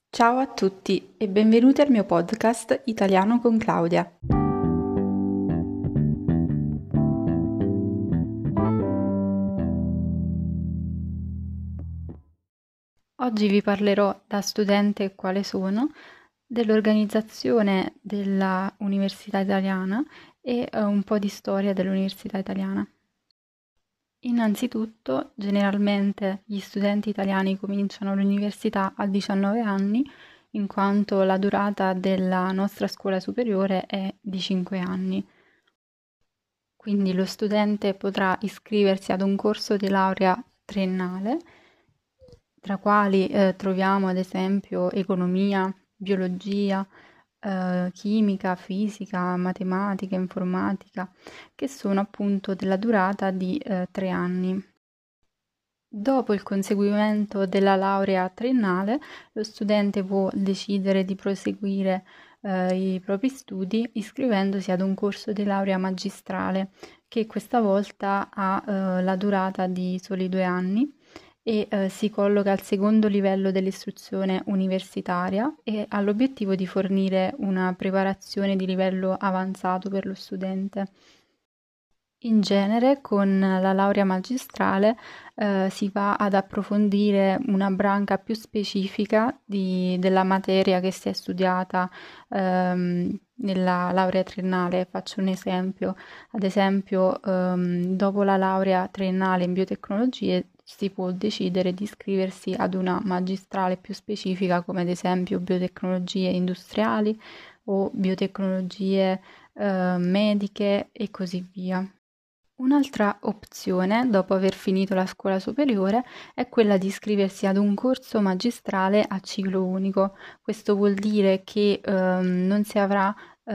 Ciao a tutti e benvenuti al mio podcast Italiano con Claudia. Oggi vi parlerò da studente quale sono dell'organizzazione della Università Italiana e un po' di storia dell'Università Italiana. Innanzitutto, generalmente gli studenti italiani cominciano l'università a 19 anni, in quanto la durata della nostra scuola superiore è di 5 anni. Quindi lo studente potrà iscriversi ad un corso di laurea triennale, tra quali troviamo ad esempio economia, biologia, chimica, fisica, matematica, informatica, che sono appunto della durata di 3 anni. Dopo il conseguimento della laurea triennale, lo studente può decidere di proseguire i propri studi iscrivendosi ad un corso di laurea magistrale che questa volta ha la durata di soli 2 anni e si colloca al secondo livello dell'istruzione universitaria e ha l'obiettivo di fornire una preparazione di livello avanzato per lo studente. In genere con la laurea magistrale si va ad approfondire una branca più specifica della materia che si è studiata nella laurea triennale. Faccio un esempio, ad esempio dopo la laurea triennale in biotecnologie si può decidere di iscriversi ad una magistrale più specifica come ad esempio biotecnologie industriali o biotecnologie mediche e così via. Un'altra opzione, dopo aver finito la scuola superiore, è quella di iscriversi ad un corso magistrale a ciclo unico. Questo vuol dire che non si avrà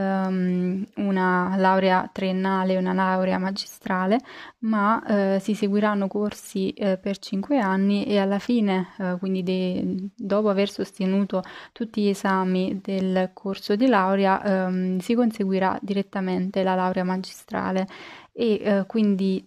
una laurea triennale e una laurea magistrale, ma si seguiranno corsi per 5 anni e alla fine, quindi dopo aver sostenuto tutti gli esami del corso di laurea, si conseguirà direttamente la laurea magistrale e quindi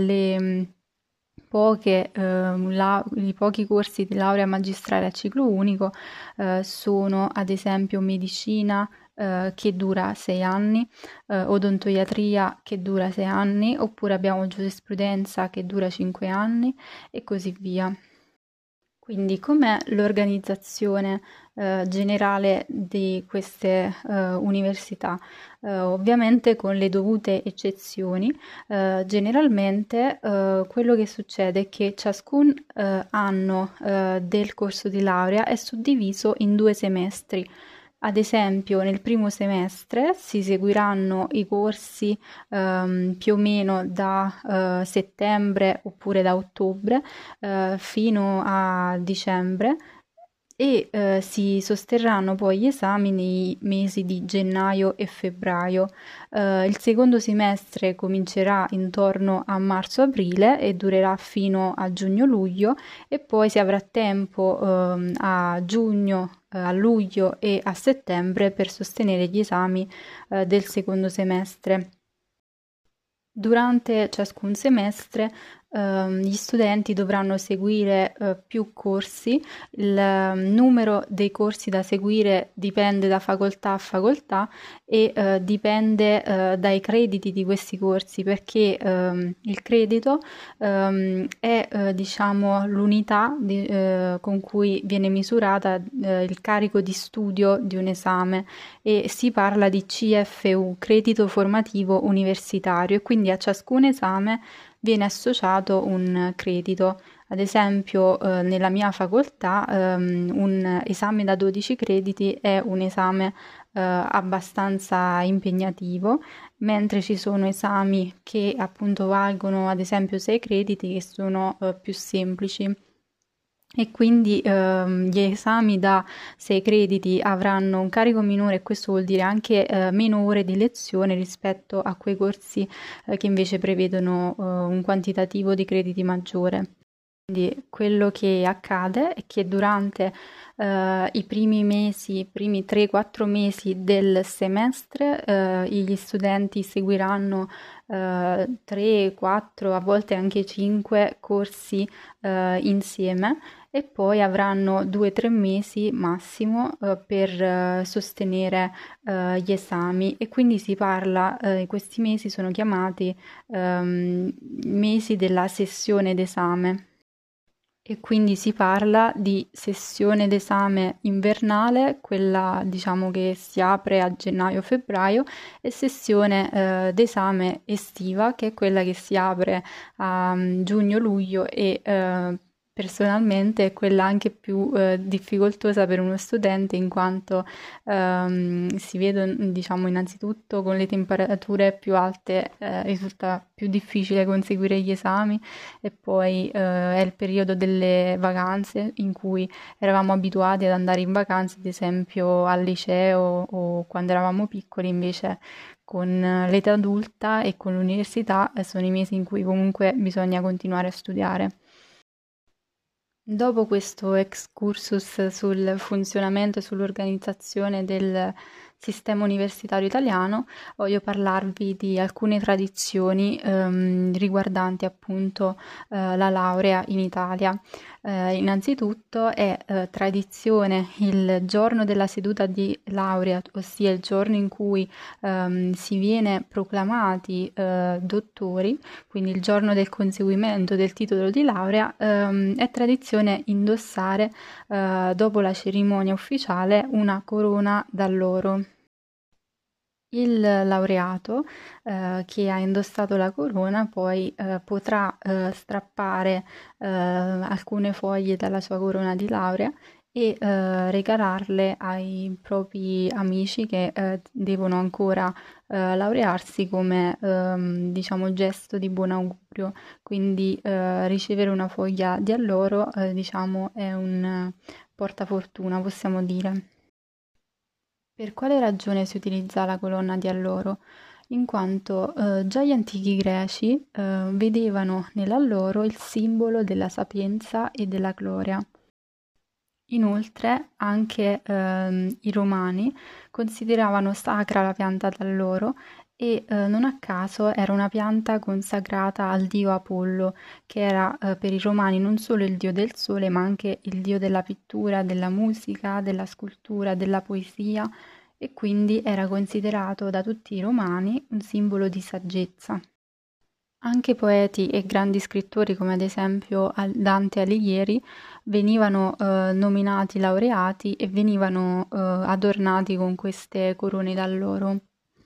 i pochi corsi di laurea magistrale a ciclo unico sono ad esempio medicina che dura 6 anni, odontoiatria che dura 6 anni, oppure abbiamo giurisprudenza che dura 5 anni e così via. Quindi com'è l'organizzazione generale di queste università? Ovviamente con le dovute eccezioni, generalmente quello che succede è che ciascun anno del corso di laurea è suddiviso in 2 semestri. Ad esempio, nel primo semestre si seguiranno i corsi più o meno da settembre oppure da ottobre fino a dicembre e si sosterranno poi gli esami nei mesi di gennaio e febbraio. Il secondo semestre comincerà intorno a marzo-aprile e durerà fino a giugno-luglio e poi si avrà tempo a giugno, a luglio e a settembre per sostenere gli esami del secondo semestre. Durante ciascun semestre gli studenti dovranno seguire più corsi, il numero dei corsi da seguire dipende da facoltà a facoltà e dipende dai crediti di questi corsi perché il credito è diciamo l'unità con cui viene misurata il carico di studio di un esame e si parla di CFU, credito formativo universitario, e quindi a ciascun esame viene associato un credito. Ad esempio, nella mia facoltà, un esame da 12 crediti è un esame abbastanza impegnativo, mentre ci sono esami che appunto valgono ad esempio 6 crediti che sono più semplici. E quindi gli esami da 6 crediti avranno un carico minore e questo vuol dire anche meno ore di lezione rispetto a quei corsi che invece prevedono un quantitativo di crediti maggiore. Quindi quello che accade è che durante i primi mesi, i primi 3-4 mesi del semestre, gli studenti seguiranno 3, 4, a volte anche 5 corsi insieme e poi avranno 2-3 mesi massimo per sostenere gli esami e quindi si parla, questi mesi sono chiamati mesi della sessione d'esame. E quindi si parla di sessione d'esame invernale, quella diciamo che si apre a gennaio-febbraio, e sessione d'esame estiva, che è quella che si apre a giugno-luglio e personalmente è quella anche più difficoltosa per uno studente in quanto si vede, diciamo, innanzitutto con le temperature più alte risulta più difficile conseguire gli esami e poi è il periodo delle vacanze in cui eravamo abituati ad andare in vacanza, ad esempio al liceo o quando eravamo piccoli, invece con l'età adulta e con l'università sono i mesi in cui comunque bisogna continuare a studiare. Dopo questo excursus sul funzionamento e sull'organizzazione del sistema universitario italiano, voglio parlarvi di alcune tradizioni riguardanti appunto la laurea in Italia. Innanzitutto è tradizione il giorno della seduta di laurea, ossia il giorno in cui si viene proclamati dottori, quindi il giorno del conseguimento del titolo di laurea, è tradizione indossare, dopo la cerimonia ufficiale, una corona d'alloro. Il laureato che ha indossato la corona poi potrà strappare alcune foglie dalla sua corona di laurea e regalarle ai propri amici che devono ancora laurearsi come diciamo gesto di buon augurio. Quindi ricevere una foglia di alloro diciamo è un portafortuna, possiamo dire. Per quale ragione si utilizza la colonna di alloro? In quanto già gli antichi greci vedevano nell'alloro il simbolo della sapienza e della gloria. Inoltre anche i romani consideravano sacra la pianta d'alloro e non a caso era una pianta consacrata al dio Apollo, che era per i romani non solo il dio del sole, ma anche il dio della pittura, della musica, della scultura, della poesia e quindi era considerato da tutti i romani un simbolo di saggezza. Anche poeti e grandi scrittori come ad esempio Dante Alighieri venivano nominati laureati e venivano adornati con queste corone d'alloro.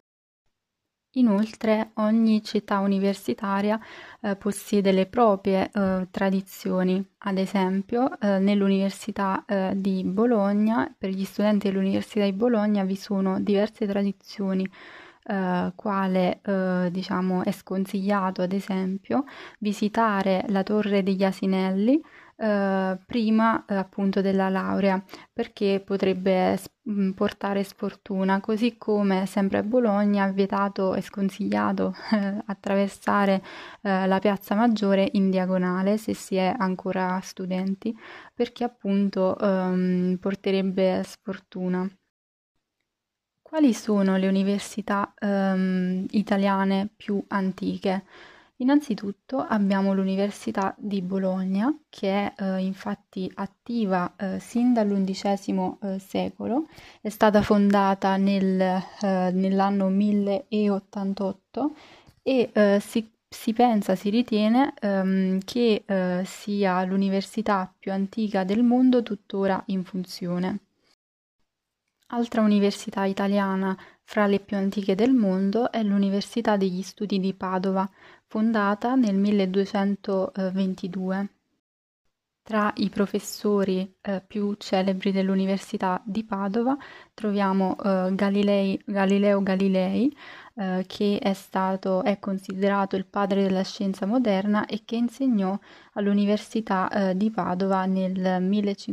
Inoltre ogni città universitaria possiede le proprie tradizioni, ad esempio nell'Università di Bologna, per gli studenti dell'Università di Bologna vi sono diverse tradizioni, quale diciamo è sconsigliato ad esempio visitare la Torre degli Asinelli prima appunto della laurea perché potrebbe portare sfortuna, così come sempre a Bologna è vietato e sconsigliato attraversare la Piazza Maggiore in diagonale se si è ancora studenti, perché appunto porterebbe sfortuna. Quali sono le università italiane più antiche? Innanzitutto abbiamo l'Università di Bologna, che è infatti attiva sin dall'undicesimo secolo, è stata fondata nell'anno 1088 e si pensa, si ritiene che sia l'università più antica del mondo tuttora in funzione. Altra università italiana fra le più antiche del mondo è l'Università degli Studi di Padova, fondata nel 1222. Tra i professori più celebri dell'Università di Padova troviamo Galileo Galilei, che è considerato il padre della scienza moderna e che insegnò all'Università di Padova nel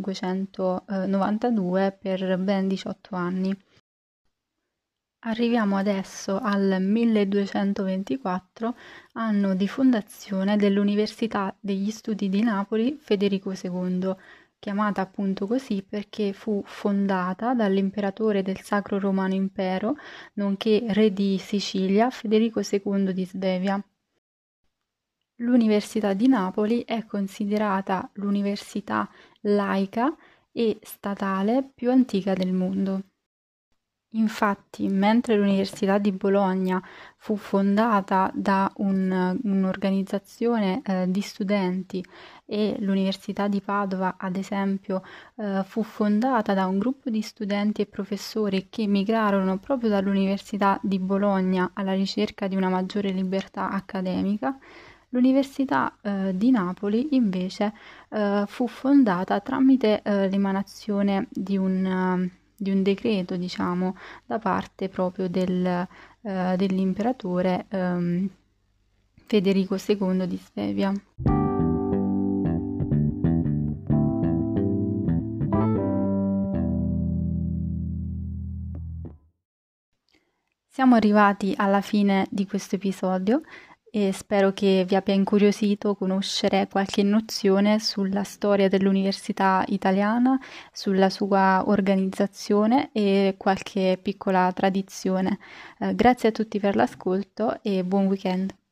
1592 per ben 18 anni. Arriviamo adesso al 1224, anno di fondazione dell'Università degli Studi di Napoli Federico II, chiamata appunto così perché fu fondata dall'imperatore del Sacro Romano Impero, nonché re di Sicilia, Federico II di Svevia. L'Università di Napoli è considerata l'università laica e statale più antica del mondo. Infatti, mentre l'Università di Bologna fu fondata da un'organizzazione di studenti e l'Università di Padova, ad esempio, fu fondata da un gruppo di studenti e professori che migrarono proprio dall'Università di Bologna alla ricerca di una maggiore libertà accademica, l'Università di Napoli invece fu fondata tramite l'emanazione di un decreto, diciamo, da parte proprio dell'imperatore Federico II di Svevia. Siamo arrivati alla fine di questo episodio e spero che vi abbia incuriosito conoscere qualche nozione sulla storia dell'università italiana, sulla sua organizzazione e qualche piccola tradizione. Grazie a tutti per l'ascolto e buon weekend.